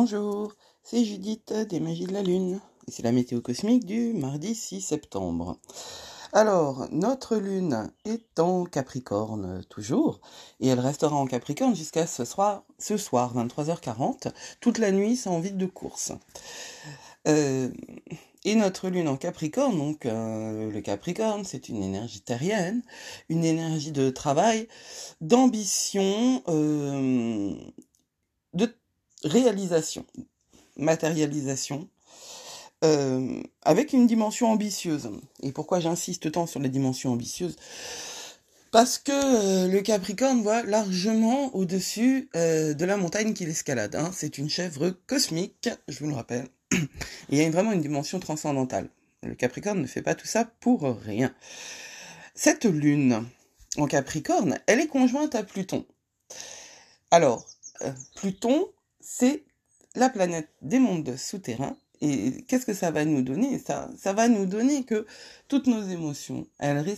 Bonjour, c'est Judith des Magies de la Lune, et c'est la météo cosmique du mardi 6 septembre. Alors, notre Lune est en Capricorne toujours, et elle restera en Capricorne jusqu'à ce soir 23h40, toute la nuit sans vide de course. Et notre Lune en Capricorne, donc le Capricorne, c'est une énergie terrienne, une énergie de travail, d'ambition, de réalisation, matérialisation, avec une dimension ambitieuse. Et pourquoi j'insiste tant sur les dimensions ambitieuses ? Parce que le Capricorne voit largement au-dessus de la montagne qu'il escalade. Hein. C'est une chèvre cosmique, je vous le rappelle. Et il y a vraiment une dimension transcendantale. Le Capricorne ne fait pas tout ça pour rien. Cette lune en Capricorne, elle est conjointe à Pluton. Alors, Pluton, c'est la planète des mondes souterrains. Et qu'est-ce que ça va nous donner ? Ça va nous donner que toutes nos émotions, elles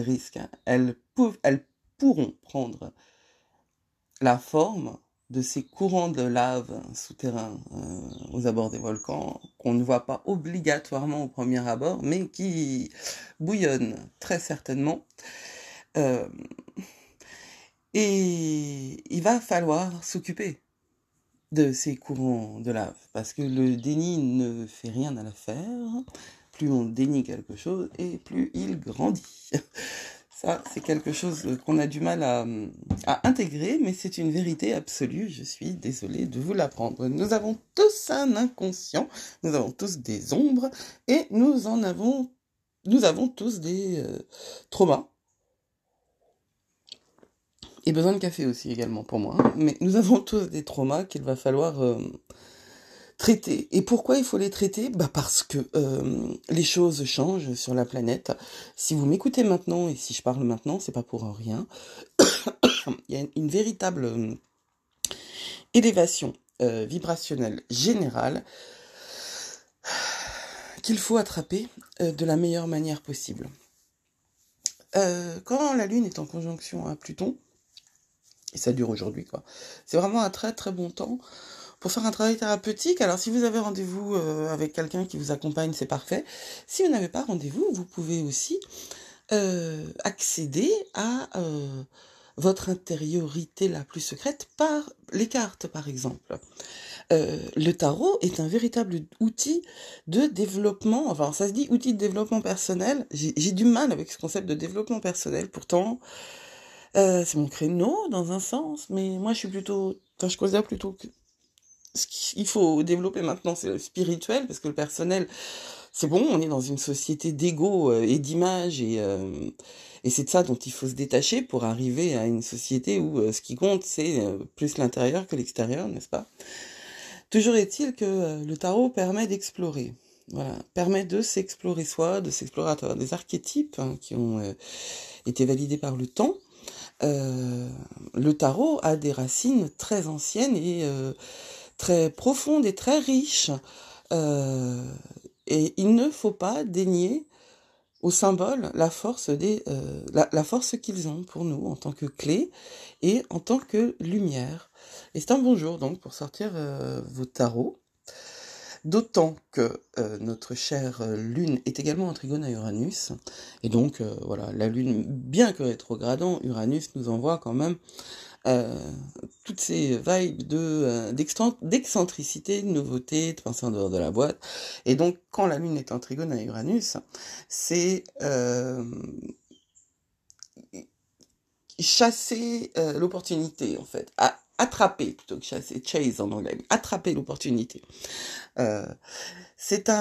pourront prendre la forme de ces courants de lave souterrains aux abords des volcans, qu'on ne voit pas obligatoirement au premier abord, mais qui bouillonnent très certainement. Et il va falloir s'occuper de ces courants de lave, parce que le déni ne fait rien à l'affaire. Plus on dénie quelque chose, et plus il grandit. Ça, c'est quelque chose qu'on a du mal à intégrer, mais c'est une vérité absolue. Je suis désolée de vous l'apprendre. Nous avons tous un inconscient, nous avons tous des ombres, et nous avons tous des traumas. Et besoin de café aussi également pour moi. Mais nous avons tous des traumas qu'il va falloir traiter. Et pourquoi il faut les traiter ? Parce que les choses changent sur la planète. Si vous m'écoutez maintenant, et si je parle maintenant, c'est pas pour rien. Il y a une véritable élévation vibrationnelle générale qu'il faut attraper de la meilleure manière possible. Quand la Lune est en conjonction à Pluton, et ça dure aujourd'hui, quoi. C'est vraiment un très très bon temps pour faire un travail thérapeutique. Alors si vous avez rendez-vous avec quelqu'un qui vous accompagne, c'est parfait. Si vous n'avez pas rendez-vous, vous pouvez aussi accéder à votre intériorité la plus secrète par les cartes, par exemple. Le tarot est un véritable outil de développement, enfin ça se dit outil de développement personnel. J'ai du mal avec ce concept de développement personnel, pourtant c'est mon créneau dans un sens, mais moi je considère plutôt que ce qu'il faut développer maintenant, c'est le spirituel, parce que le personnel, c'est bon, on est dans une société d'ego et d'image, et c'est de ça dont il faut se détacher pour arriver à une société où ce qui compte, c'est plus l'intérieur que l'extérieur, n'est-ce pas ? Toujours est-il que le tarot permet d'explorer. Voilà, permet de s'explorer soi, de s'explorer à travers des archétypes qui ont été validés par le temps. Le tarot a des racines très anciennes et très profondes et très riches. Et il ne faut pas dénier aux symboles la force la force qu'ils ont pour nous en tant que clé et en tant que lumière. Et c'est un bon jour donc pour sortir vos tarots. D'autant que notre chère Lune est également en trigone à Uranus. Et donc, voilà, la Lune, bien que rétrogradant, Uranus nous envoie quand même toutes ces vibes d'excentricité, de nouveauté, de penser en dehors de la boîte. Et donc, quand la Lune est en trigone à Uranus, c'est chasser l'opportunité, en fait. Attraper, plutôt que chasser, chase en anglais, attraper l'opportunité. C'est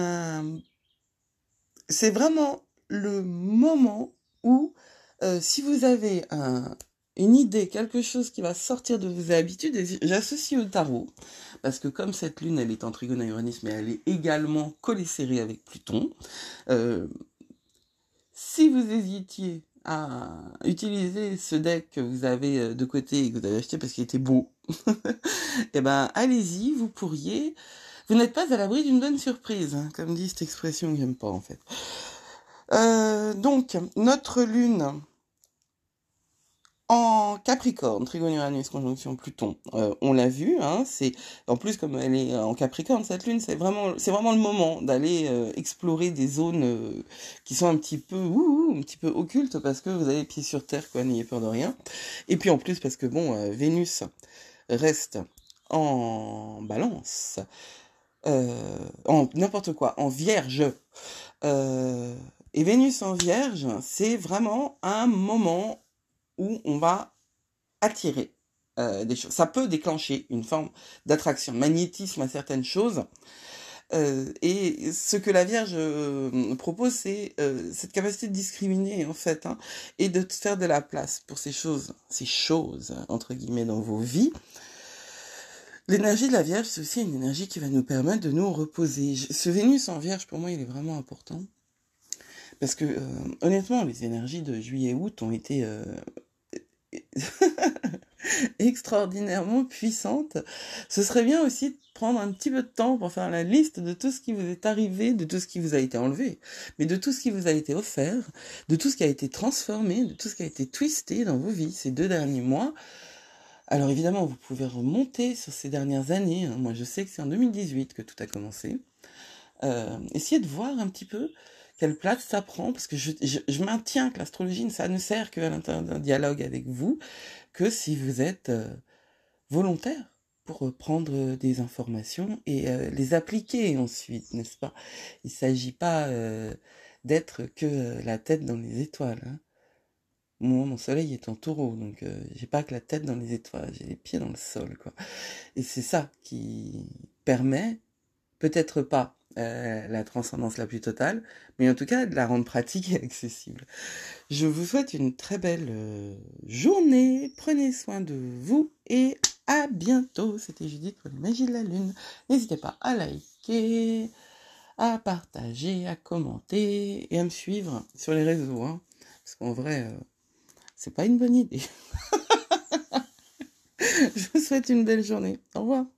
vraiment le moment où, si vous avez une idée, quelque chose qui va sortir de vos habitudes, et j'associe au tarot, parce que comme cette lune, elle est en trigone à Uranus, mais elle est également collée serrée avec Pluton, si vous hésitiez à utiliser ce deck que vous avez de côté et que vous avez acheté parce qu'il était beau, et ben allez-y, vous n'êtes pas à l'abri d'une bonne surprise, hein, comme dit cette expression que j'aime pas en fait. Donc, notre lune En Capricorne, Trigone Uranus, conjonction Pluton, on l'a vu, hein, c'est en plus comme elle est en Capricorne cette lune, c'est vraiment le moment d'aller explorer des zones qui sont un petit peu occultes parce que vous avez les pieds sur terre, quoi, n'ayez peur de rien. Et puis en plus parce que bon, Vénus reste en Balance, en n'importe quoi, en Vierge. Et Vénus en Vierge, c'est vraiment un moment où on va attirer des choses. Ça peut déclencher une forme d'attraction, magnétisme à certaines choses. Et ce que la Vierge propose, c'est cette capacité de discriminer, en fait, hein, et de faire de la place pour ces choses, entre guillemets, dans vos vies. L'énergie de la Vierge, c'est aussi une énergie qui va nous permettre de nous reposer. Ce Vénus en Vierge, pour moi, il est vraiment important. Parce que, honnêtement, les énergies de juillet-août ont été extraordinairement puissantes. Ce serait bien aussi de prendre un petit peu de temps pour faire la liste de tout ce qui vous est arrivé, de tout ce qui vous a été enlevé, mais de tout ce qui vous a été offert, de tout ce qui a été transformé, de tout ce qui a été twisté dans vos vies ces 2 derniers mois. Alors évidemment, vous pouvez remonter sur ces dernières années, hein. Moi, je sais que c'est en 2018 que tout a commencé. Essayez de voir un petit peu quelle place ça prend, parce que je maintiens que l'astrologie, ça ne sert qu'à l'intérieur d'un dialogue avec vous, que si vous êtes volontaire pour prendre des informations et les appliquer ensuite, n'est-ce pas? Il ne s'agit pas d'être que la tête dans les étoiles, hein. Moi, mon soleil est en taureau, donc j'ai pas que la tête dans les étoiles, j'ai les pieds dans le sol, quoi. Et c'est ça qui permet, peut-être pas la transcendance la plus totale, mais en tout cas de la rendre pratique et accessible. Je vous souhaite une très belle journée, prenez soin de vous et à bientôt. C'était Judith pour les magies de la lune. N'hésitez pas à liker, à partager, à commenter et à me suivre sur les réseaux, hein, parce qu'en vrai, c'est pas une bonne idée. Je vous souhaite une belle journée. Au revoir.